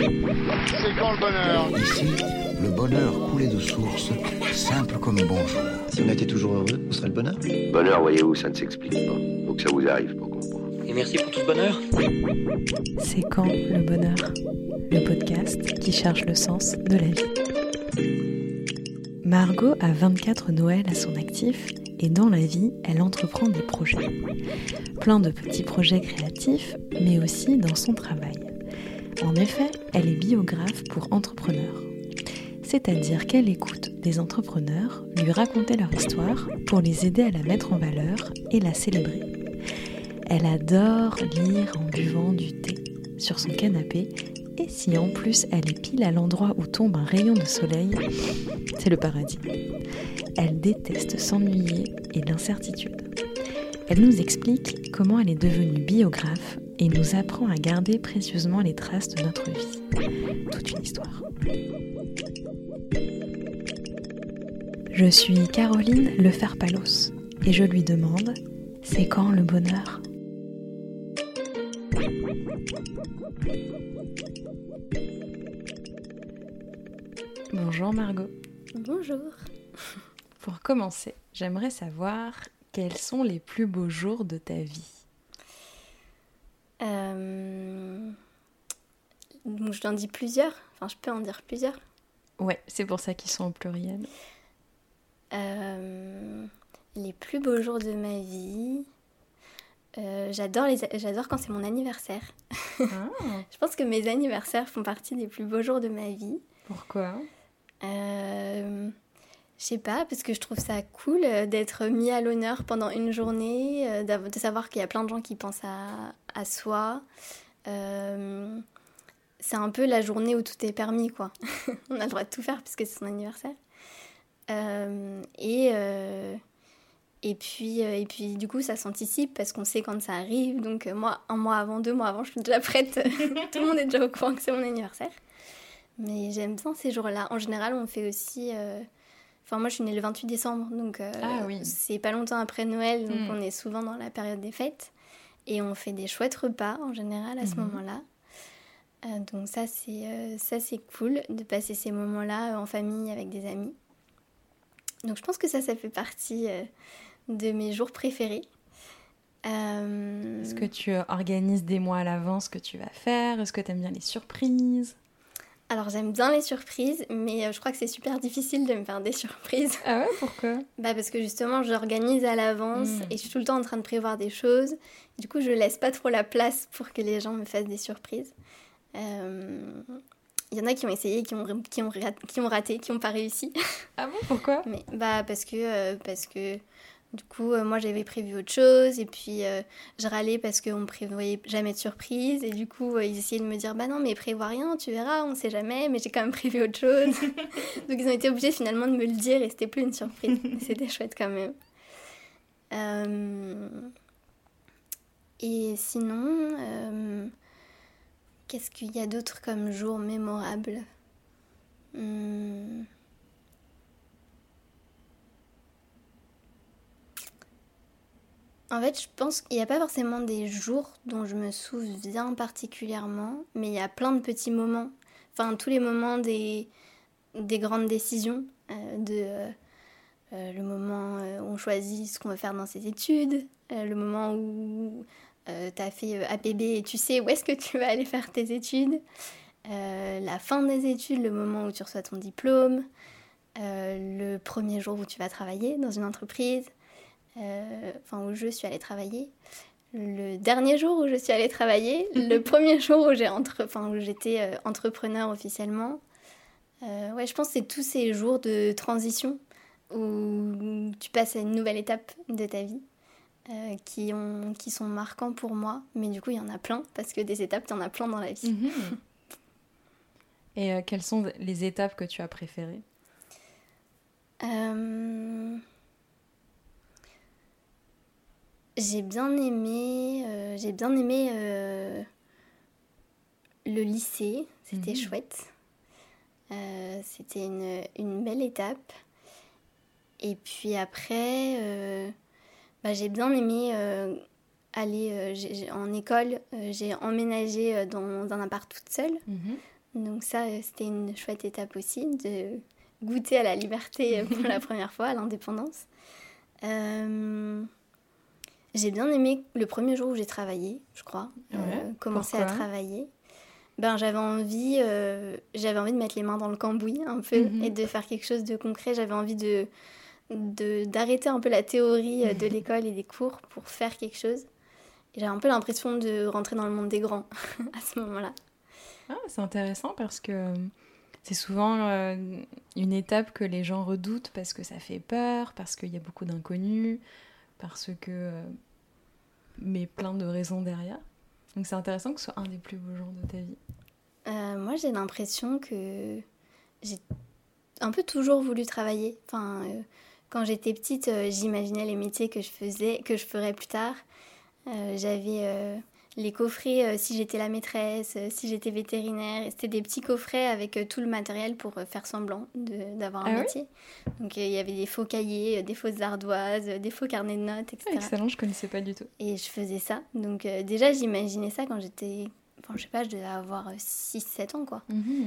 C'est quand le bonheur? Ici, le bonheur coulait de source, simple comme bonjour. Si on était toujours heureux, où serait le bonheur? Bonheur, voyez-vous, ça ne s'explique pas. Faut que ça vous arrive pour comprendre. Et merci pour tout ce bonheur. C'est quand le bonheur? Le podcast qui cherche le sens de la vie. Margot a 24 Noëls à son actif et dans la vie, elle entreprend des projets. Plein de petits projets créatifs, mais aussi dans son travail. En effet, elle est biographe pour entrepreneurs. C'est-à-dire qu'elle écoute des entrepreneurs lui raconter leur histoire pour les aider à la mettre en valeur et la célébrer. Elle adore lire en buvant du thé sur son canapé et si en plus elle est pile à l'endroit où tombe un rayon de soleil, c'est le paradis. Elle déteste s'ennuyer et l'incertitude. Elle nous explique comment elle est devenue biographe et nous apprend à garder précieusement les traces de notre vie. Toute une histoire. Je suis Caroline Lefer-Palos et je lui demande « C'est quand le bonheur ?» Bonjour Margot. Bonjour. Pour commencer, j'aimerais savoir quels sont les plus beaux jours de ta vie. Donc je t'en dis plusieurs, enfin je peux en dire plusieurs. Ouais, c'est pour ça qu'ils sont au pluriel. Les plus beaux jours de ma vie, j'adore quand c'est mon anniversaire. Ah. Je pense que mes anniversaires font partie des plus beaux jours de ma vie. Pourquoi ? Je sais pas, parce que je trouve ça cool d'être mis à l'honneur pendant une journée, de savoir qu'il y a plein de gens qui pensent à soi. C'est un peu la journée où tout est permis, quoi. On a le droit de tout faire puisque c'est son anniversaire. Et puis du coup, ça s'anticipe parce qu'on sait quand ça arrive. Donc moi, 1 mois avant, 2 mois avant, je suis déjà prête. Tout le monde est déjà au courant que c'est mon anniversaire. Mais j'aime bien ces jours-là. En général, on fait aussi... Enfin, moi, je suis née le 28 décembre, donc oui. C'est pas longtemps après Noël, donc on est souvent dans la période des fêtes. Et on fait des chouettes repas, en général, à ce moment-là. Donc ça, c'est cool de passer ces moments-là en famille avec des amis. Donc je pense que ça fait partie de mes jours préférés. Est-ce que tu organises des mois à l'avance ce que tu vas faire ? Est-ce que tu aimes bien les surprises ? Alors j'aime bien les surprises, mais je crois que c'est super difficile de me faire des surprises. Ah ouais, pourquoi ? Parce que justement j'organise à l'avance et je suis tout le temps en train de prévoir des choses. Du coup je laisse pas trop la place pour que les gens me fassent des surprises. Il y en a qui ont essayé, qui ont raté, qui n'ont pas réussi. Ah bon, pourquoi ? Mais parce que du coup moi j'avais prévu autre chose et puis je râlais parce qu'on ne prévoyait jamais de surprise et du coup ils essayaient de me dire non mais prévois rien, tu verras, on sait jamais, mais j'ai quand même prévu autre chose. Donc ils ont été obligés finalement de me le dire et c'était plus une surprise. C'était chouette quand même. Et sinon, qu'est-ce qu'il y a d'autre comme jour mémorable ? En fait, je pense qu'il n'y a pas forcément des jours dont je me souviens particulièrement, mais il y a plein de petits moments, enfin tous les moments des grandes décisions, le moment où on choisit ce qu'on veut faire dans ses études, le moment où tu as fait APB et tu sais où est-ce que tu vas aller faire tes études, la fin des études, le moment où tu reçois ton diplôme, le premier jour où tu vas travailler dans une entreprise, où je suis allée travailler, le dernier jour où je suis allée travailler, le premier jour où j'étais entrepreneur officiellement. Je pense que c'est tous ces jours de transition où tu passes à une nouvelle étape de ta vie qui sont marquants pour moi. Mais du coup, il y en a plein parce que des étapes, il y en a plein dans la vie. Mmh. Et quelles sont les étapes que tu as préférées ? J'ai bien aimé le lycée, c'était chouette. C'était une belle étape. Et puis après, j'ai bien aimé aller en école. J'ai emménagé dans un appart toute seule. Donc ça, c'était une chouette étape aussi, de goûter à la liberté pour la première fois, à l'indépendance. J'ai bien aimé le premier jour où j'ai travaillé, je crois, commencer à travailler. J'avais envie de mettre les mains dans le cambouis un peu et de faire quelque chose de concret. J'avais envie d'arrêter un peu la théorie de l'école et des cours pour faire quelque chose. Et j'avais un peu l'impression de rentrer dans le monde des grands à ce moment-là. Ah, c'est intéressant parce que c'est souvent une étape que les gens redoutent parce que ça fait peur, parce qu'il y a beaucoup d'inconnus, parce que... mais plein de raisons derrière. Donc c'est intéressant que ce soit un des plus beaux jours de ta vie. Moi, j'ai l'impression que j'ai un peu toujours voulu travailler. Quand j'étais petite, j'imaginais les métiers que je ferais plus tard. J'avais les coffrets si j'étais la maîtresse, si j'étais vétérinaire. C'était des petits coffrets avec tout le matériel pour faire semblant d'avoir un métier. Oui. Donc il y avait des faux cahiers, des fausses ardoises, des faux carnets de notes, etc. Ah, excellent, je connaissais pas du tout. Et je faisais ça. Donc déjà, j'imaginais ça quand j'étais... je sais pas, je devais avoir 6-7 ans, quoi.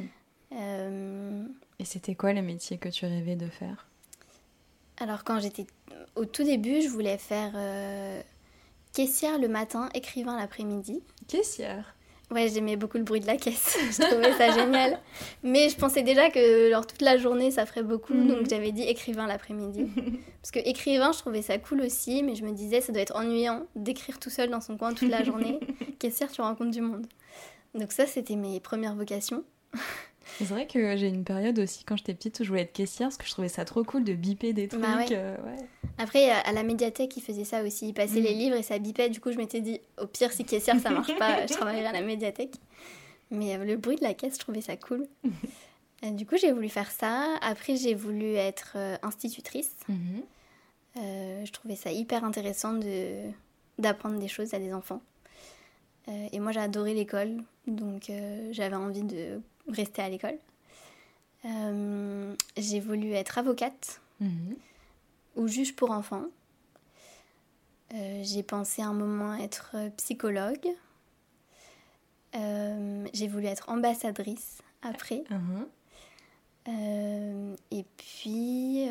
Et c'était quoi les métiers que tu rêvais de faire ? Alors quand j'étais au tout début, je voulais faire... caissière le matin, écrivain l'après-midi. Caissière ? Ouais, j'aimais beaucoup le bruit de la caisse. Je trouvais ça génial. Mais je pensais déjà que toute la journée, ça ferait beaucoup. Donc j'avais dit écrivain l'après-midi. Parce que écrivain, je trouvais ça cool aussi. Mais je me disais, ça doit être ennuyant d'écrire tout seul dans son coin toute la journée. Caissière, tu rencontres du monde. Donc ça, c'était mes premières vocations. C'est vrai que j'ai une période aussi, quand j'étais petite, où je voulais être caissière, parce que je trouvais ça trop cool de biper des trucs. Ouais. Après, à la médiathèque, ils faisaient ça aussi. Ils passaient les livres et ça bipait. Du coup, je m'étais dit, au pire, si caissière, ça marche pas, je travaillerai à la médiathèque. Mais le bruit de la caisse, je trouvais ça cool. Du coup, j'ai voulu faire ça. Après, j'ai voulu être institutrice. Je trouvais ça hyper intéressant d'apprendre des choses à des enfants. Et moi, j'ai adoré l'école. Donc, j'avais envie de rester à l'école. J'ai voulu être avocate ou juge pour enfants. J'ai pensé un moment être psychologue. J'ai voulu être ambassadrice après. Et puis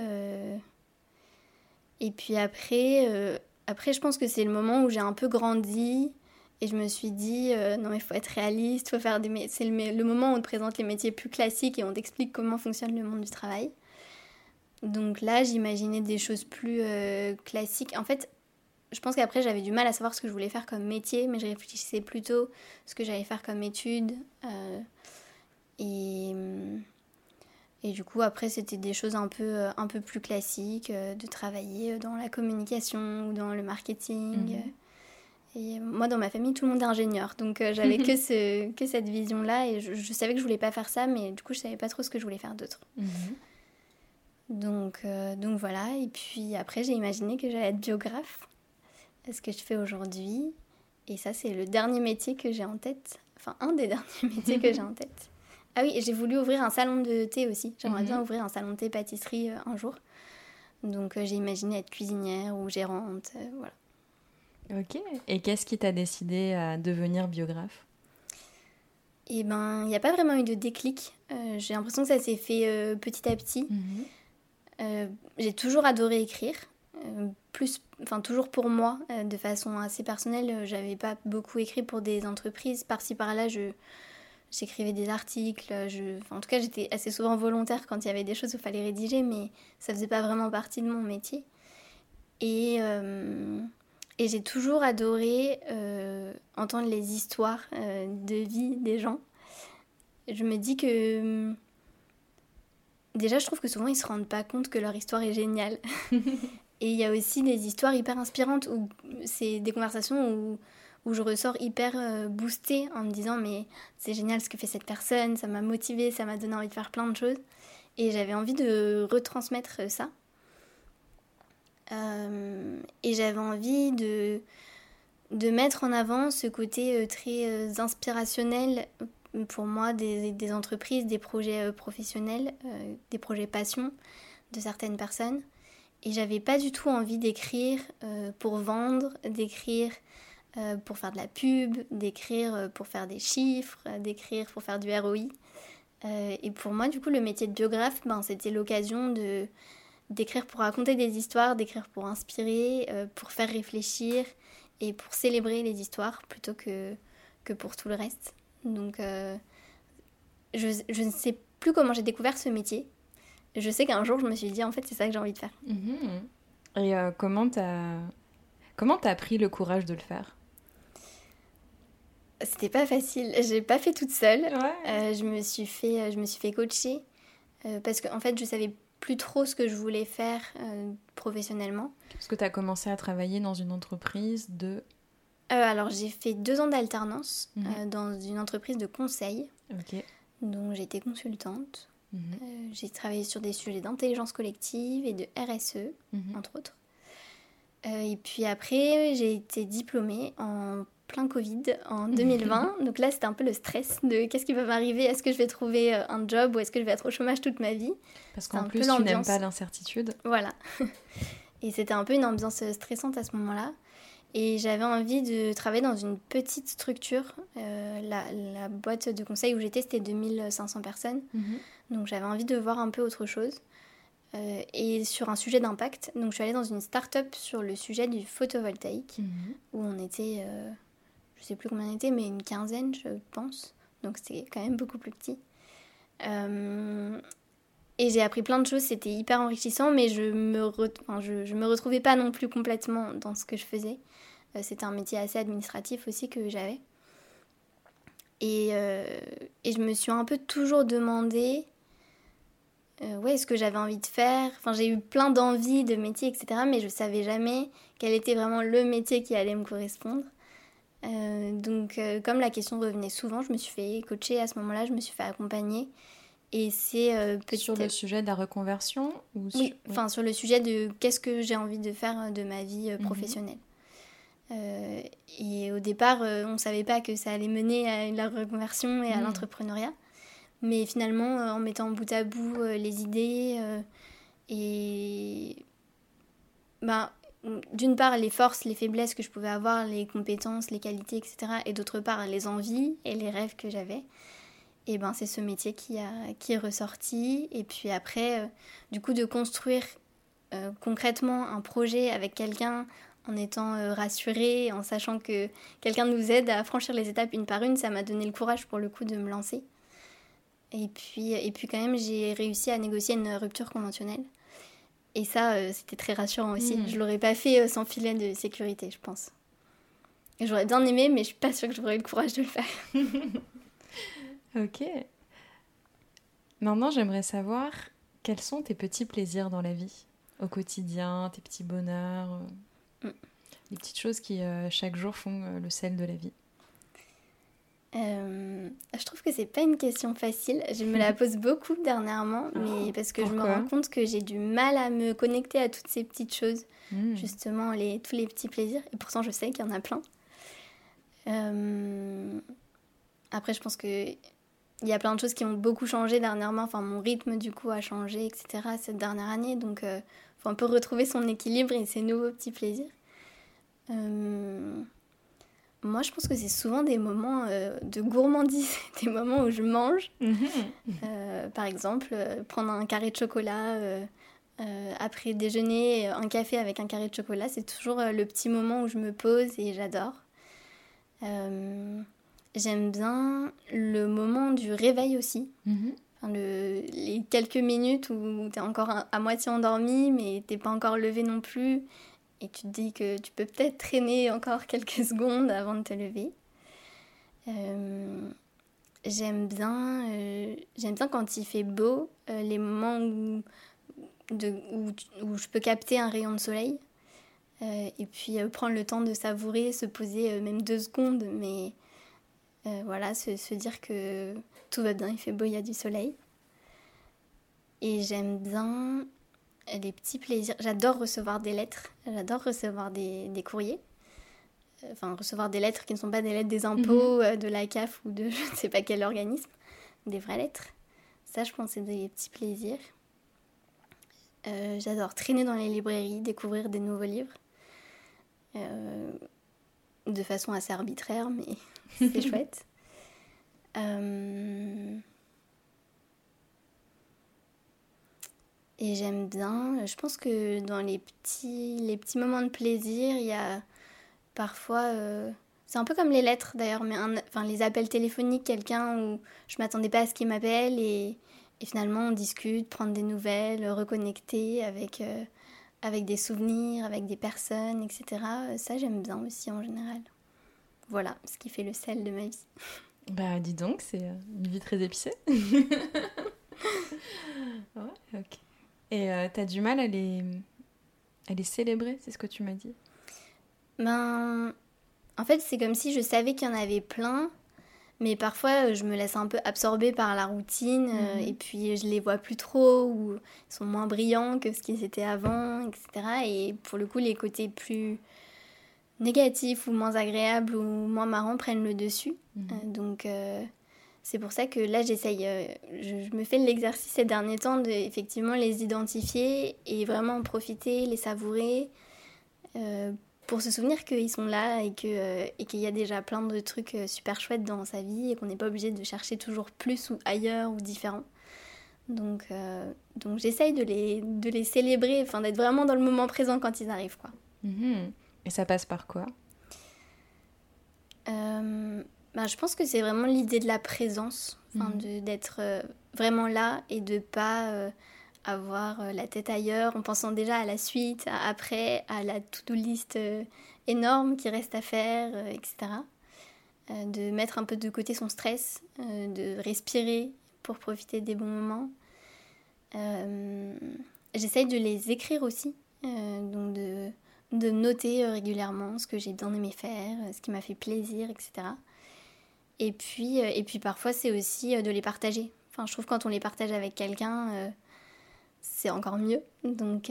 après, je pense que c'est le moment où j'ai un peu grandi. Et je me suis dit, non, il faut être réaliste, faut faire c'est le moment où on te présente les métiers plus classiques et on t'explique comment fonctionne le monde du travail. Donc là, j'imaginais des choses plus classiques. En fait, je pense qu'après, j'avais du mal à savoir ce que je voulais faire comme métier, mais je réfléchissais plutôt ce que j'allais faire comme études. Et du coup, après, c'était des choses un peu plus classiques, de travailler dans la communication ou dans le marketing. Et moi, dans ma famille, tout le monde est ingénieur. Donc, j'avais que cette vision-là. Et je savais que je voulais pas faire ça, mais du coup, je savais pas trop ce que je voulais faire d'autre. Donc voilà. Et puis après, j'ai imaginé que j'allais être biographe. Ce que je fais aujourd'hui. Et ça, c'est le dernier métier que j'ai en tête. Enfin, un des derniers métiers que j'ai en tête. Ah oui, et j'ai voulu ouvrir un salon de thé aussi. J'aimerais bien ouvrir un salon de thé pâtisserie un jour. Donc, j'ai imaginé être cuisinière ou gérante. Voilà. Ok. Et qu'est-ce qui t'a décidé à devenir biographe ? Eh ben, il n'y a pas vraiment eu de déclic. J'ai l'impression que ça s'est fait petit à petit. J'ai toujours adoré écrire. Toujours pour moi, de façon assez personnelle. J'avais pas beaucoup écrit pour des entreprises. Par-ci, par-là, j'écrivais des articles. En tout cas, j'étais assez souvent volontaire quand il y avait des choses où il fallait rédiger, mais ça faisait pas vraiment partie de mon métier. Et j'ai toujours adoré entendre les histoires de vie des gens. Je me dis que... Déjà, je trouve que souvent, ils ne se rendent pas compte que leur histoire est géniale. Et il y a aussi des histoires hyper inspirantes, où c'est des conversations où je ressors hyper boostée en me disant « Mais c'est génial ce que fait cette personne, ça m'a motivée, ça m'a donné envie de faire plein de choses. » Et j'avais envie de retransmettre ça. Et j'avais envie de mettre en avant ce côté très inspirationnel pour moi des entreprises, des projets professionnels, des projets passion de certaines personnes. Et j'avais pas du tout envie d'écrire pour vendre, d'écrire pour faire de la pub, d'écrire pour faire des chiffres, d'écrire pour faire du ROI. Et pour moi, du coup, le métier de biographe, c'était l'occasion d'écrire pour raconter des histoires, d'écrire pour inspirer, pour faire réfléchir et pour célébrer les histoires plutôt que pour tout le reste. Donc, je ne sais plus comment j'ai découvert ce métier. Je sais qu'un jour, je me suis dit, en fait, c'est ça que j'ai envie de faire. Et comment t'as pris le courage de le faire ? C'était pas facile. J'ai pas fait toute seule. Ouais. Je me suis fait coacher parce qu'en fait, je savais plus trop ce que je voulais faire professionnellement. Parce que t'as commencé à travailler dans une entreprise de... Alors, j'ai fait 2 ans d'alternance dans une entreprise de conseil. Ok. Donc, j'étais consultante. J'ai travaillé sur des sujets d'intelligence collective et de RSE, entre autres. Et puis après, j'ai été diplômée en plein Covid en 2020. Donc là, c'était un peu le stress de qu'est-ce qui va m'arriver ? Est-ce que je vais trouver un job ou est-ce que je vais être au chômage toute ma vie ? Parce qu'en plus, tu n'aimes pas l'incertitude. Voilà. Et c'était un peu une ambiance stressante à ce moment-là. Et j'avais envie de travailler dans une petite structure. La boîte de conseil où j'étais, c'était 2500 personnes. Donc j'avais envie de voir un peu autre chose. Et sur un sujet d'impact. Donc je suis allée dans une start-up sur le sujet du photovoltaïque. Où on était, je sais plus combien on était, mais une quinzaine, je pense. Donc c'était quand même beaucoup plus petit. Et j'ai appris plein de choses, c'était hyper enrichissant, mais je me retrouvais pas non plus complètement dans ce que je faisais. C'était un métier assez administratif aussi que j'avais. Et je me suis un peu toujours demandé ce que j'avais envie de faire. Enfin, j'ai eu plein d'envies de métiers, etc. Mais je savais jamais quel était vraiment le métier qui allait me correspondre. Donc, comme la question revenait souvent, je me suis fait coacher à ce moment-là, je me suis fait accompagner. Et c'est Sur le sujet de la reconversion ou Oui, enfin sur le sujet de qu'est-ce que j'ai envie de faire de ma vie professionnelle. Et au départ, on ne savait pas que ça allait mener à la reconversion et à l'entrepreneuriat. Mais finalement, en mettant bout à bout les idées et d'une part les forces, les faiblesses que je pouvais avoir, les compétences, les qualités, etc. Et d'autre part les envies et les rêves que j'avais. Et c'est ce métier qui est ressorti. Et puis après, du coup, de construire concrètement un projet avec quelqu'un en étant rassurée, en sachant que quelqu'un nous aide à franchir les étapes une par une, ça m'a donné le courage pour le coup de me lancer. Et puis quand même, j'ai réussi à négocier une rupture conventionnelle. Et ça, c'était très rassurant aussi. Je ne l'aurais pas fait sans filet de sécurité, je pense. Et j'aurais bien aimé, mais je ne suis pas sûre que j'aurais eu le courage de le faire. Ok. Maintenant, j'aimerais savoir quels sont tes petits plaisirs dans la vie, au quotidien, tes petits bonheurs, les petites choses qui, chaque jour, font le sel de la vie. Je trouve que c'est pas une question facile. Je me la pose beaucoup dernièrement, mais parce que Pourquoi ? je me rends compte que j'ai du mal à me connecter à toutes ces petites choses, justement, tous les petits plaisirs. Et pourtant, je sais qu'il y en a plein. Après, je pense que il y a plein de choses qui ont beaucoup changé dernièrement. Enfin, mon rythme, du coup, a changé, etc. cette dernière année. Donc, faut un peu retrouver son équilibre et ses nouveaux petits plaisirs. Moi, je pense que c'est souvent des moments de gourmandise, des moments où je mange. Par exemple, prendre un carré de chocolat après déjeuner, un café avec un carré de chocolat, c'est toujours le petit moment où je me pose et j'adore. J'aime bien le moment du réveil aussi. Enfin, les quelques minutes où t'es encore à moitié endormi, mais t'es pas encore levé non plus. Et tu te dis que tu peux peut-être traîner encore quelques secondes avant de te lever. J'aime bien quand il fait beau, les moments où je peux capter un rayon de soleil. Et puis prendre le temps de savourer, se poser même 2 secondes. Mais voilà, se dire que tout va bien, il fait beau, il y a du soleil. Et j'aime bien les petits plaisirs. J'adore recevoir des lettres, j'adore recevoir des courriers. Enfin, recevoir des lettres qui ne sont pas des lettres des impôts, de la CAF ou de je ne sais pas quel organisme. Des vraies lettres. Ça, je pense, c'est des petits plaisirs. J'adore traîner dans les librairies, découvrir des nouveaux livres. De de façon assez arbitraire, mais c'est chouette. Et j'aime bien, je pense que dans les petits moments de plaisir, il y a parfois... c'est un peu comme les lettres d'ailleurs, mais les appels téléphoniques, quelqu'un où je m'attendais pas à ce qu'il m'appelle et finalement on discute, prendre des nouvelles, reconnecter avec des souvenirs, avec des personnes, etc. Ça j'aime bien aussi en général. Voilà ce qui fait le sel de ma vie. Bah dis donc, c'est une vie très épicée. Ouais, ok. Et t'as du mal à les célébrer, c'est ce que tu m'as dit? En fait, c'est comme si je savais qu'il y en avait plein, mais parfois je me laisse un peu absorber par la routine et puis je les vois plus trop ou ils sont moins brillants que ce qu'ils étaient avant, etc. Et pour le coup, les côtés plus négatifs ou moins agréables ou moins marrants prennent le dessus. Donc c'est pour ça que là, j'essaye, je me fais l'exercice ces derniers temps de effectivement les identifier et vraiment en profiter, les savourer. Pour se souvenir qu'ils sont là et qu'il y a déjà plein de trucs super chouettes dans sa vie et qu'on n'est pas obligé de chercher toujours plus ou ailleurs ou différent. Donc j'essaye de les célébrer, d'être vraiment dans le moment présent quand ils arrivent, quoi. Et ça passe par quoi? Je pense que c'est vraiment l'idée de la présence, d'être vraiment là et de pas... avoir la tête ailleurs en pensant déjà à la suite, après, à la to-do list énorme qui reste à faire, etc. De mettre un peu de côté son stress, de respirer pour profiter des bons moments. J'essaye de les écrire aussi, donc de noter régulièrement ce que j'ai bien aimé faire, ce qui m'a fait plaisir, etc. Et puis parfois c'est aussi de les partager. Je trouve que quand on les partage avec quelqu'un... c'est encore mieux. Donc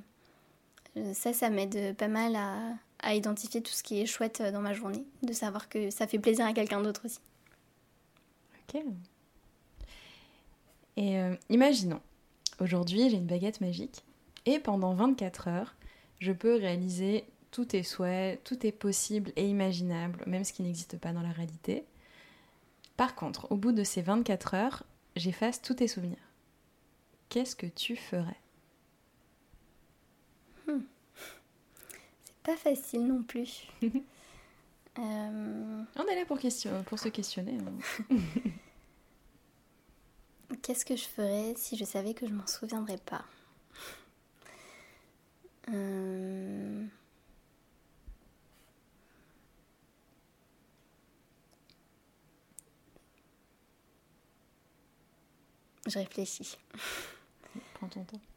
ça m'aide pas mal à identifier tout ce qui est chouette dans ma journée, de savoir que ça fait plaisir à quelqu'un d'autre aussi. Ok. Et imaginons, aujourd'hui j'ai une baguette magique et pendant 24 heures, je peux réaliser tous tes souhaits, tout est possible et imaginable, même ce qui n'existe pas dans la réalité. Par contre, au bout de ces 24 heures, j'efface tous tes souvenirs. Qu'est-ce que tu ferais? C'est pas facile non plus. On est là pour se questionner. Qu'est-ce que je ferais si je savais que je m'en souviendrais pas? Je réfléchis. Prends ton temps.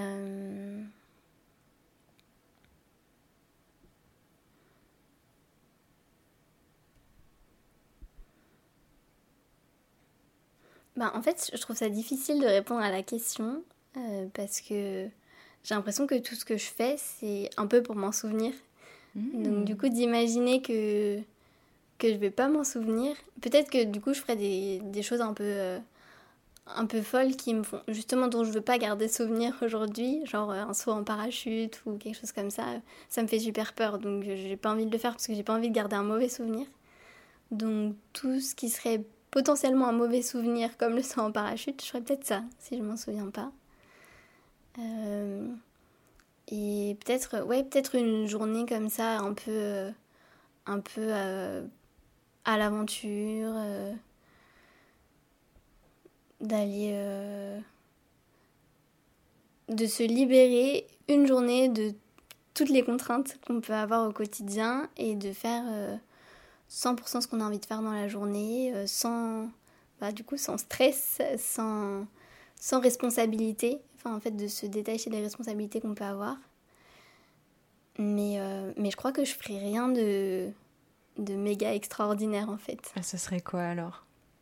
En fait, je trouve ça difficile de répondre à la question parce que j'ai l'impression que tout ce que je fais, c'est un peu pour m'en souvenir. Donc du coup, d'imaginer que je vais pas m'en souvenir, peut-être que du coup, je ferais des choses un peu folles qui me font justement dont je veux pas garder souvenir aujourd'hui, genre un saut en parachute ou quelque chose comme ça me fait super peur, donc j'ai pas envie de le faire parce que j'ai pas envie de garder un mauvais souvenir. Donc tout ce qui serait potentiellement un mauvais souvenir comme le saut en parachute, je ferais peut-être ça si je m'en souviens pas. Et peut-être une journée comme ça un peu à l'aventure, d'aller de se libérer une journée de toutes les contraintes qu'on peut avoir au quotidien et de faire 100% ce qu'on a envie de faire dans la journée, sans stress, sans responsabilité, en fait de se détacher des responsabilités qu'on peut avoir. Mais je crois que je ferai rien de méga extraordinaire en fait. Ah, ce serait quoi alors?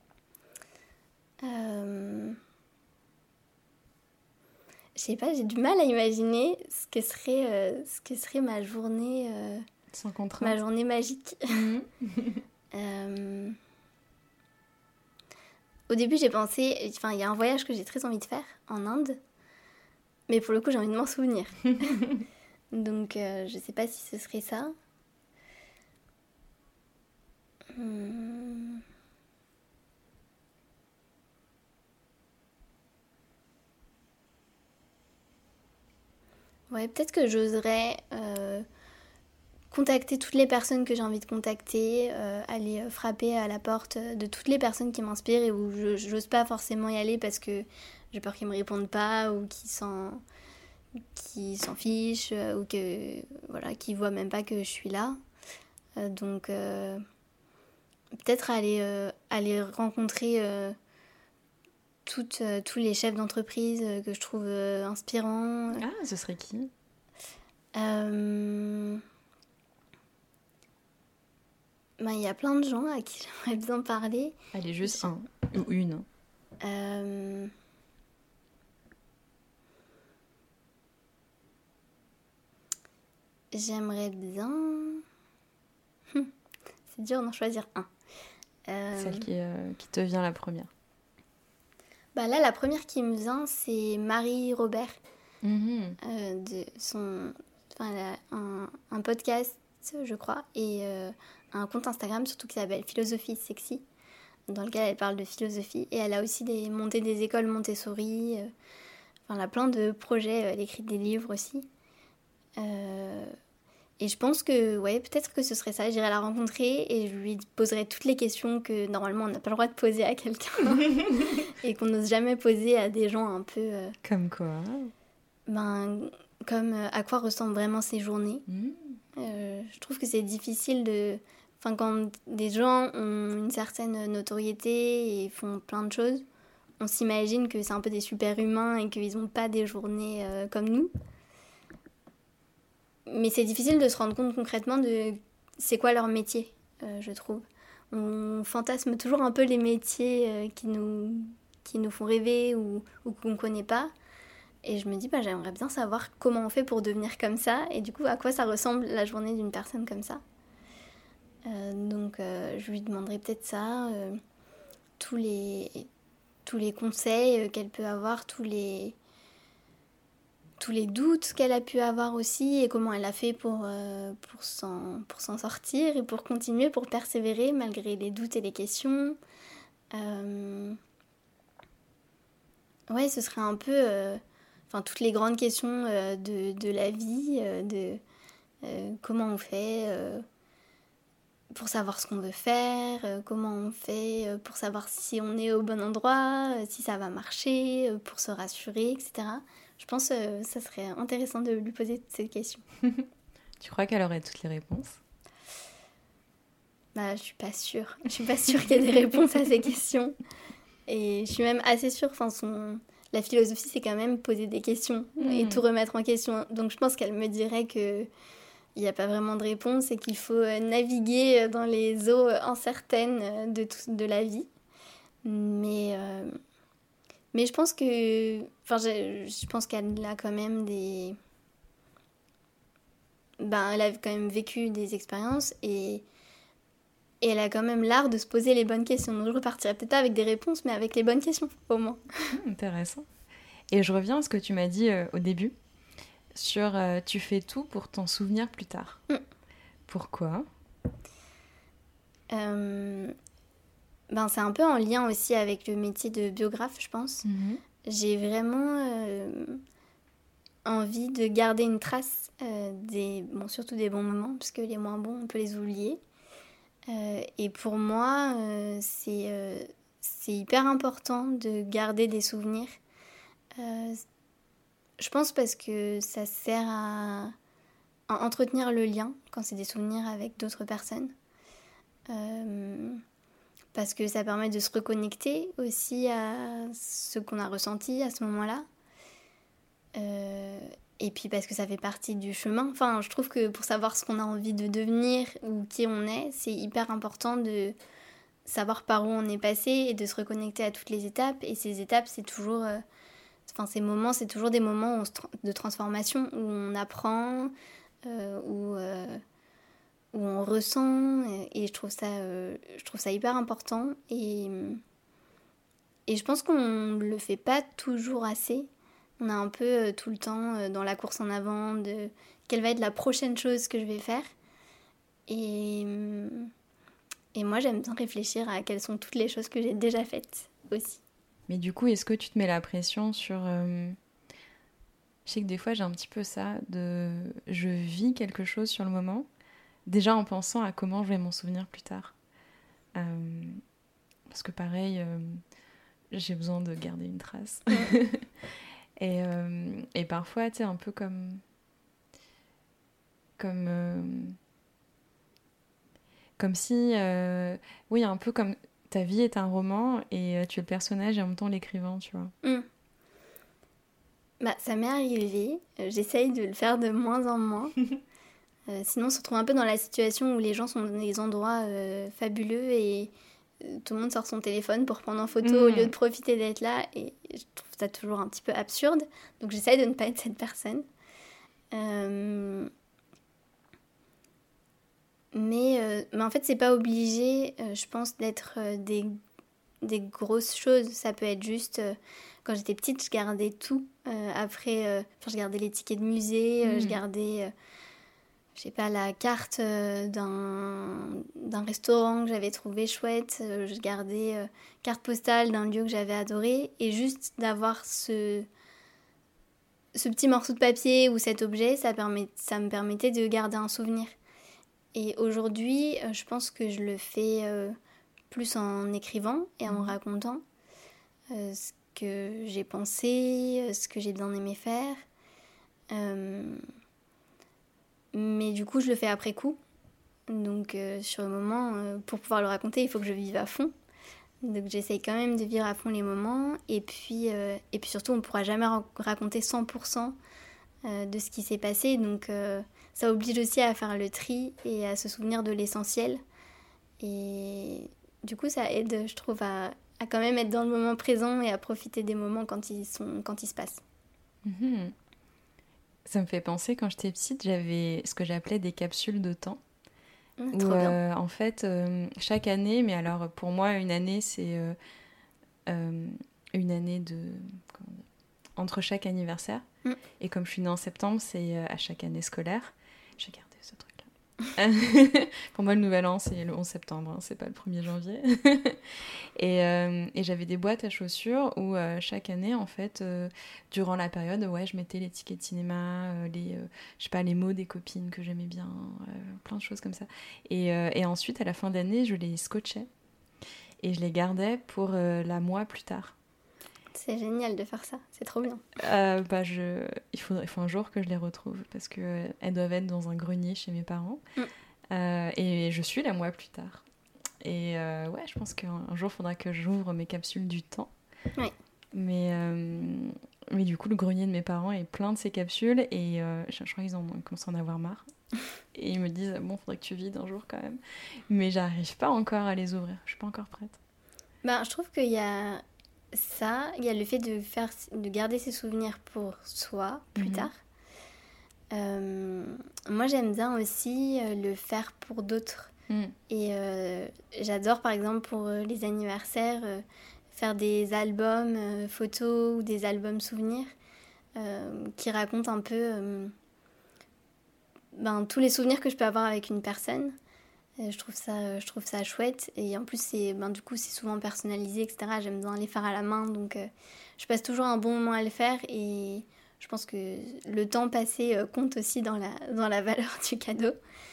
Je sais pas, j'ai du mal à imaginer ce que serait ma journée sans contrainte. Ma journée magique. Au début, j'ai pensé, il y a un voyage que j'ai très envie de faire en Inde, mais pour le coup, j'ai envie de m'en souvenir. Donc, je sais pas si ce serait ça. Ouais, peut-être que j'oserais contacter toutes les personnes que j'ai envie de contacter, aller frapper à la porte de toutes les personnes qui m'inspirent et où j'ose pas forcément y aller parce que j'ai peur qu'ils me répondent pas ou qu'ils s'en fichent ou que voilà, qu'ils voient même pas que je suis là. Donc peut-être aller rencontrer tous les chefs d'entreprise que je trouve inspirants. Ah, ce serait qui ? Il y a plein de gens à qui j'aimerais bien parler. Allez, juste un ou une. J'aimerais bien... C'est dur d'en choisir un. Celle qui te vient la première. Là, la première qui me vient, c'est Marie Robert. Elle a un podcast, je crois, et un compte Instagram, surtout qui s'appelle Philosophie Sexy, dans lequel elle parle de philosophie. Et elle a aussi monté des écoles Montessori. Elle a plein de projets. Elle écrit des livres aussi. Et je pense que, peut-être que ce serait ça. J'irais la rencontrer et je lui poserais toutes les questions que normalement on n'a pas le droit de poser à quelqu'un et qu'on n'ose jamais poser à des gens un peu... Comme quoi comme à quoi ressemblent vraiment ces journées. Je trouve que c'est difficile quand des gens ont une certaine notoriété et font plein de choses, on s'imagine que c'est un peu des super-humains et qu'ils n'ont pas des journées comme nous. Mais c'est difficile de se rendre compte concrètement de c'est quoi leur métier, je trouve. On fantasme toujours un peu les métiers qui nous font rêver ou qu'on ne connaît pas. Et je me dis, j'aimerais bien savoir comment on fait pour devenir comme ça et du coup, à quoi ça ressemble la journée d'une personne comme ça. Donc, je lui demanderai peut-être ça, tous les conseils qu'elle peut avoir, tous les doutes qu'elle a pu avoir aussi et comment elle a fait pour s'en sortir et pour continuer, pour persévérer malgré les doutes et les questions. Ce serait un peu toutes les grandes questions de la vie, comment on fait pour savoir ce qu'on veut faire, comment on fait pour savoir si on est au bon endroit, si ça va marcher, pour se rassurer, etc. Je pense que ça serait intéressant de lui poser toutes ces questions. Tu crois qu'elle aurait toutes les réponses ? Je suis pas sûre. Je suis pas sûre qu'il y ait des réponses à ces questions. Et je suis même assez sûre, la philosophie, c'est quand même poser des questions et tout remettre en question. Donc je pense qu'elle me dirait qu'il n'y a pas vraiment de réponse et qu'il faut naviguer dans les eaux incertaines de la vie. Mais je pense que... je pense qu'elle a quand même elle a quand même vécu des expériences et elle a quand même l'art de se poser les bonnes questions. Donc je repartirais peut-être pas avec des réponses, mais avec les bonnes questions, au moins. Intéressant. Et je reviens à ce que tu m'as dit au début, sur tu fais tout pour t'en souvenir plus tard. Pourquoi ? C'est un peu en lien aussi avec le métier de biographe, je pense. J'ai vraiment envie de garder une trace surtout des bons moments, parce que les moins bons, on peut les oublier. Et pour moi, c'est hyper important de garder des souvenirs. Je pense parce que ça sert à entretenir le lien quand c'est des souvenirs avec d'autres personnes. Parce que ça permet de se reconnecter aussi à ce qu'on a ressenti à ce moment-là. Et puis parce que ça fait partie du chemin. Je trouve que pour savoir ce qu'on a envie de devenir ou qui on est, c'est hyper important de savoir par où on est passé et de se reconnecter à toutes les étapes. Et ces étapes, c'est toujours... ces moments, c'est toujours des moments de transformation où on apprend, où on ressent. Et je trouve ça hyper important. Et je pense qu'on le fait pas toujours assez. On est un peu tout le temps dans la course en avant de quelle va être la prochaine chose que je vais faire. Et moi, j'aime bien réfléchir à quelles sont toutes les choses que j'ai déjà faites aussi. Mais du coup, est-ce que tu te mets la pression sur Je sais que des fois, j'ai un petit peu ça, je vis quelque chose sur le moment, déjà en pensant à comment je vais m'en souvenir plus tard. Parce que pareil, j'ai besoin de garder une trace. Et parfois, tu sais, un peu comme si... oui, un peu comme ta vie est un roman et tu es le personnage et en même temps l'écrivain, tu vois. Bah, ça m'est arrivé. J'essaye de le faire de moins en moins. Sinon, on se retrouve un peu dans la situation où les gens sont dans des endroits fabuleux et tout le monde sort son téléphone pour prendre en photo au lieu de profiter d'être là. Et je trouve ça toujours un petit peu absurde. Donc, j'essaye de ne pas être cette personne. Mais en fait, c'est pas obligé, je pense, d'être des grosses choses. Ça peut être juste... quand j'étais petite, je gardais tout. Je gardais les tickets de musée, je gardais, je sais pas, la carte d'un restaurant que j'avais trouvé chouette. Je gardais carte postale d'un lieu que j'avais adoré. Et juste d'avoir ce petit morceau de papier ou cet objet, ça me permettait de garder un souvenir. Et aujourd'hui, je pense que je le fais plus en écrivant et en racontant ce que j'ai pensé, ce que j'ai bien aimé faire. Mais du coup, je le fais après coup. Donc, sur le moment, pour pouvoir le raconter, il faut que je vive à fond. Donc, j'essaye quand même de vivre à fond les moments. Et puis surtout, on ne pourra jamais raconter 100% de ce qui s'est passé. Donc, ça oblige aussi à faire le tri et à se souvenir de l'essentiel. Et du coup, ça aide, je trouve, à quand même être dans le moment présent et à profiter des moments quand ils se passent. Ça me fait penser, quand j'étais petite, j'avais ce que j'appelais des capsules de temps. Trop bien. En fait, chaque année, mais alors pour moi, une année, c'est une année entre chaque anniversaire. Et comme je suis née en septembre, c'est à chaque année scolaire. J'ai gardé ce truc-là. Pour moi, le nouvel an, c'est le 11 septembre, hein, c'est pas le 1er janvier. Et j'avais des boîtes à chaussures où chaque année, en fait, durant la période, je mettais les tickets de cinéma, les mots des copines que j'aimais bien, plein de choses comme ça. Et ensuite, à la fin d'année, je les scotchais et je les gardais pour la mois plus tard. C'est génial de faire ça, c'est trop bien. Il faut un jour que je les retrouve parce qu'elles doivent être dans un grenier chez mes parents. Et je suis la mois plus tard. Et je pense qu'un jour, il faudra que j'ouvre mes capsules du temps. Oui. Mais du coup, le grenier de mes parents est plein de ces capsules et je crois qu'ils commencent à en avoir marre. Et ils me disent, bon, il faudrait que tu vides un jour quand même. Mais j'arrive pas encore à les ouvrir, je suis pas encore prête. Je trouve qu'il y a... ça, il y a le fait de garder ses souvenirs pour soi plus tard. Moi, j'aime bien aussi le faire pour d'autres. Et j'adore, par exemple, pour les anniversaires, faire des albums photos ou des albums souvenirs qui racontent un peu tous les souvenirs que je peux avoir avec une personne. Je trouve ça chouette et en plus du coup c'est souvent personnalisé, etc. J'aime bien les faire à la main, donc je passe toujours un bon moment à le faire et je pense que le temps passé compte aussi dans la valeur du cadeau.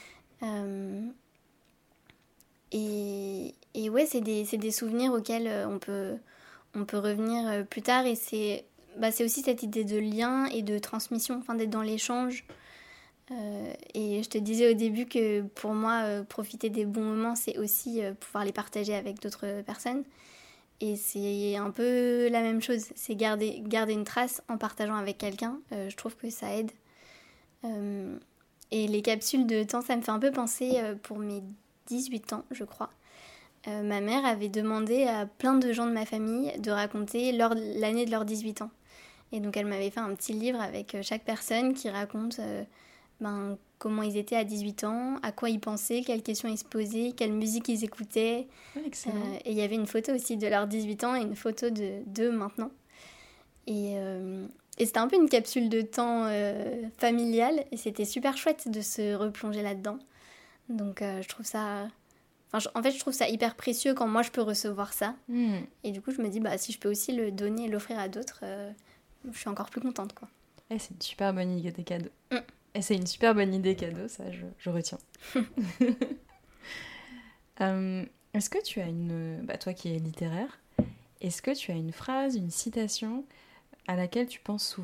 Et ouais, c'est des souvenirs auxquels on peut revenir plus tard et c'est aussi cette idée de lien et de transmission, enfin d'être dans l'échange. Et je te disais au début que pour moi, profiter des bons moments, c'est aussi pouvoir les partager avec d'autres personnes. Et c'est un peu la même chose, c'est garder une trace en partageant avec quelqu'un. Je trouve que ça aide. Et les capsules de temps, ça me fait un peu penser pour mes 18 ans, je crois. Ma mère avait demandé à plein de gens de ma famille de raconter l'année de leurs 18 ans. Et donc elle m'avait fait un petit livre avec chaque personne qui raconte... comment ils étaient à 18 ans, à quoi ils pensaient, quelles questions ils se posaient, quelle musique ils écoutaient. Excellent. Et il y avait une photo aussi de leurs 18 ans et une photo d'eux maintenant. Et c'était un peu une capsule de temps familiale et c'était super chouette de se replonger là-dedans. Donc je trouve ça... en fait, je trouve ça hyper précieux quand moi je peux recevoir ça. Et du coup, je me dis, si je peux aussi le donner et l'offrir à d'autres, je suis encore plus contente, quoi. C'est une super bonne idée des cadeaux. Et c'est une super bonne idée cadeau, ça, je retiens. Est-ce que tu as toi qui es littéraire, est-ce que tu as une phrase, une citation à laquelle tu penses souvent ?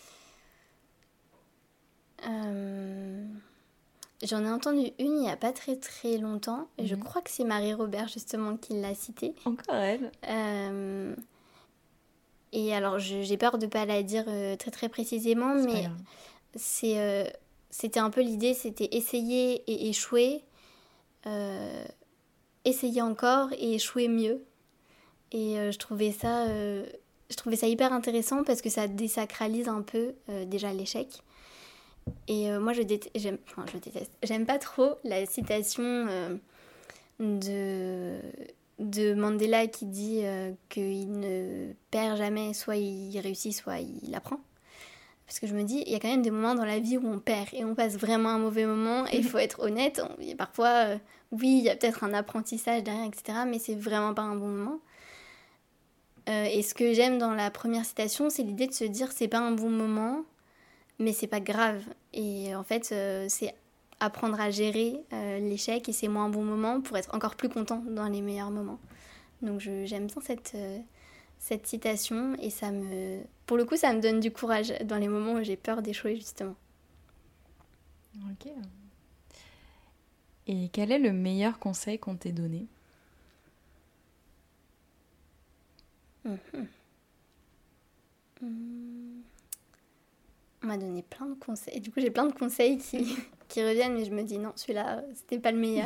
J'en ai entendu une il n'y a pas très très longtemps. Et je crois que c'est Marie Robert justement qui l'a citée. Encore elle. Et alors j'ai peur de ne pas la dire très très précisément, mais c'était un peu l'idée, c'était essayer et échouer, essayer encore et échouer mieux. Et je trouvais ça hyper intéressant parce que ça désacralise un peu déjà l'échec. Et moi j'aime pas trop la citation de Mandela qui dit qu'il ne perd jamais, soit il réussit, soit il apprend. Parce que je me dis, il y a quand même des moments dans la vie où on perd et on passe vraiment un mauvais moment et il faut être honnête. Et parfois, oui, il y a peut-être un apprentissage derrière, etc. Mais c'est vraiment pas un bon moment. Et ce que j'aime dans la première citation, c'est l'idée de se dire, c'est pas un bon moment, mais c'est pas grave. Et en fait, c'est apprendre à gérer l'échec et ses moins bons moments pour être encore plus content dans les meilleurs moments. Donc j'aime bien cette citation et pour le coup, ça me donne du courage dans les moments où j'ai peur d'échouer, justement. Ok. Et quel est le meilleur conseil qu'on t'ait donné ? On m'a donné plein de conseils. Et du coup, j'ai plein de conseils qui reviennent, mais je me dis non, celui-là, c'était pas le meilleur.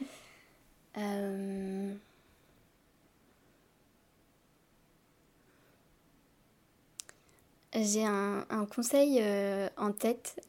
J'ai un conseil en tête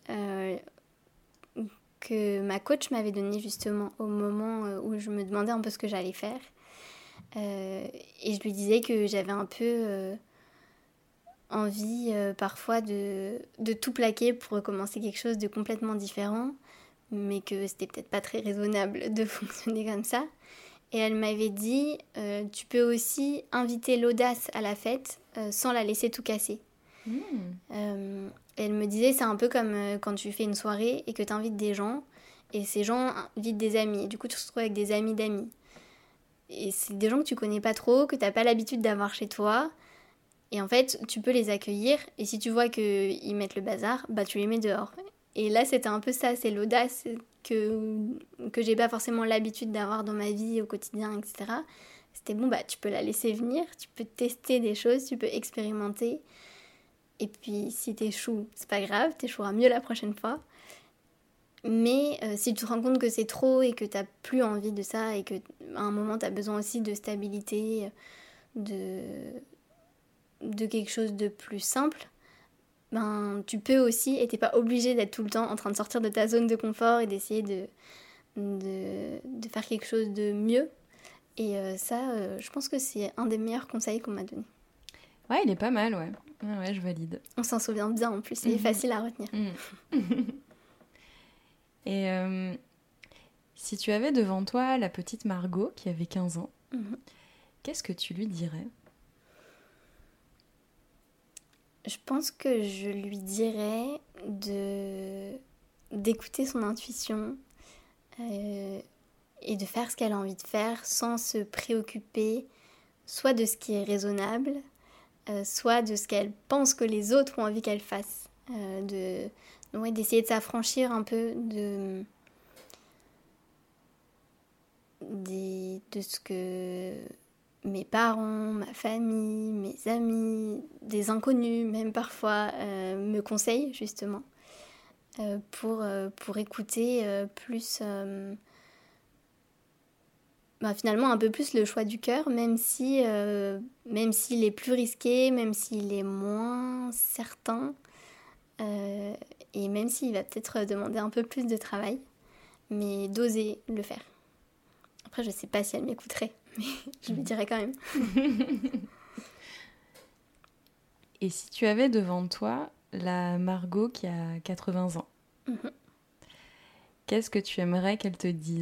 que ma coach m'avait donné justement au moment où je me demandais un peu ce que j'allais faire. Et je lui disais que j'avais un peu envie parfois de tout plaquer pour recommencer quelque chose de complètement différent, mais que c'était peut-être pas très raisonnable de fonctionner comme ça. Et elle m'avait dit, tu peux aussi inviter l'audace à la fête sans la laisser tout casser. Elle me disait, c'est un peu comme quand tu fais une soirée et que tu invites des gens, et ces gens invitent des amis. Du coup, tu te retrouves avec des amis d'amis. Et c'est des gens que tu connais pas trop, que t'as pas l'habitude d'avoir chez toi. Et en fait, tu peux les accueillir, et si tu vois qu'ils mettent le bazar, bah tu les mets dehors. Et là, c'était un peu ça, c'est l'audace que j'ai pas forcément l'habitude d'avoir dans ma vie au quotidien, etc. C'était bon, bah tu peux la laisser venir, tu peux tester des choses, tu peux expérimenter. Et puis, si t'échoues, c'est pas grave, t'échoueras mieux la prochaine fois. Mais si tu te rends compte que c'est trop et que t'as plus envie de ça et qu'à un moment t'as besoin aussi de stabilité, de quelque chose de plus simple, ben tu peux aussi, et t'es pas obligé d'être tout le temps en train de sortir de ta zone de confort et d'essayer de faire quelque chose de mieux. Et ça, je pense que c'est un des meilleurs conseils qu'on m'a donné. Ouais, il est pas mal, ouais. Ouais, je valide. On s'en souvient bien en plus, c'est facile à retenir. Et si tu avais devant toi la petite Margot qui avait 15 ans, qu'est-ce que tu lui dirais ? Je pense que je lui dirais d'écouter son intuition et de faire ce qu'elle a envie de faire sans se préoccuper soit de ce qui est raisonnable, soit de ce qu'elle pense que les autres ont envie qu'elle fasse. D'essayer de s'affranchir un peu de ce que mes parents, ma famille, mes amis, des inconnus même parfois me conseillent justement pour écouter plus finalement un peu plus le choix du cœur, même s'il est plus risqué, même s'il est moins certain et même s'il va peut-être demander un peu plus de travail, mais d'oser le faire. Après, je sais pas si elle m'écouterait, mais je lui dirais quand même. Et si tu avais devant toi la Margot qui a 80 ans, qu'est-ce que tu aimerais qu'elle te dise ?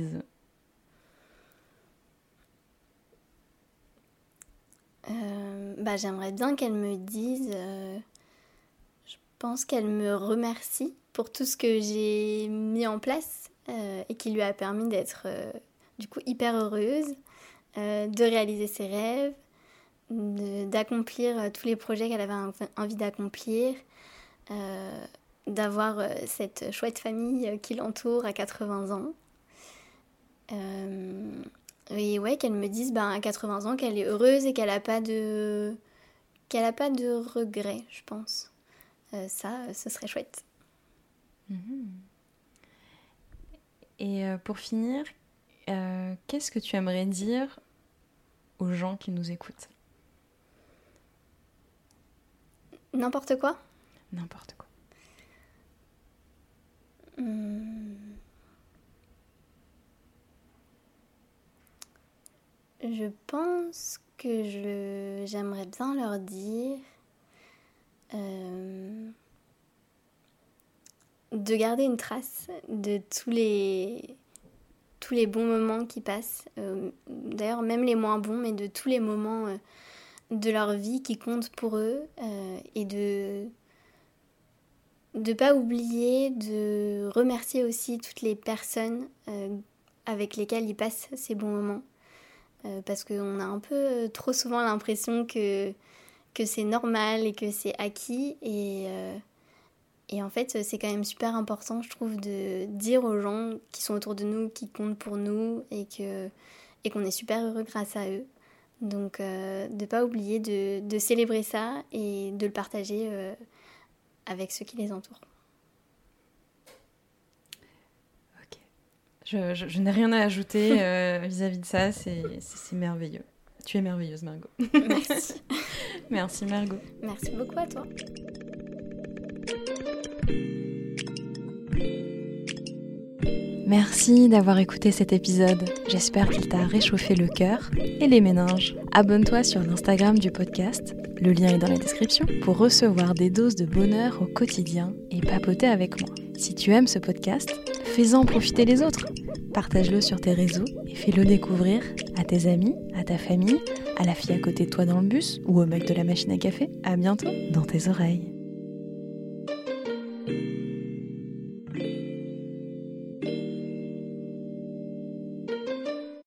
J'aimerais bien qu'elle me dise... pense qu'elle me remercie pour tout ce que j'ai mis en place et qui lui a permis d'être du coup hyper heureuse, de réaliser ses rêves, d'accomplir tous les projets qu'elle avait envie d'accomplir, d'avoir cette chouette famille qui l'entoure à 80 ans. Et ouais, qu'elle me dise à 80 ans qu'elle est heureuse et qu'elle n'a pas de regrets, je pense. Ça, ce serait chouette. Et pour finir, qu'est-ce que tu aimerais dire aux gens qui nous écoutent ? N'importe quoi ? N'importe quoi. Je pense que j'aimerais bien leur dire de garder une trace de tous les bons moments qui passent. D'ailleurs, même les moins bons, mais de tous les moments de leur vie qui comptent pour eux. Et de pas oublier de remercier aussi toutes les personnes avec lesquelles ils passent ces bons moments. Parce qu'on a un peu trop souvent l'impression que c'est normal et que c'est acquis. Et en fait, c'est quand même super important, je trouve, de dire aux gens qui sont autour de nous, qui comptent pour nous et qu'on est super heureux grâce à eux. Donc, de ne pas oublier de célébrer ça et de le partager avec ceux qui les entourent. Ok. Je n'ai rien à ajouter vis-à-vis de ça, c'est merveilleux. Tu es merveilleuse, Margot. Merci. Merci, Margot. Merci beaucoup à toi. Merci d'avoir écouté cet épisode. J'espère qu'il t'a réchauffé le cœur et les méninges. Abonne-toi sur l'Instagram du podcast, le lien est dans la description, pour recevoir des doses de bonheur au quotidien et papoter avec moi. Si tu aimes ce podcast, fais-en profiter les autres. Partage-le sur tes réseaux et fais-le découvrir à tes amis, à ta famille, à la fille à côté de toi dans le bus ou au mec de la machine à café. À bientôt dans tes oreilles.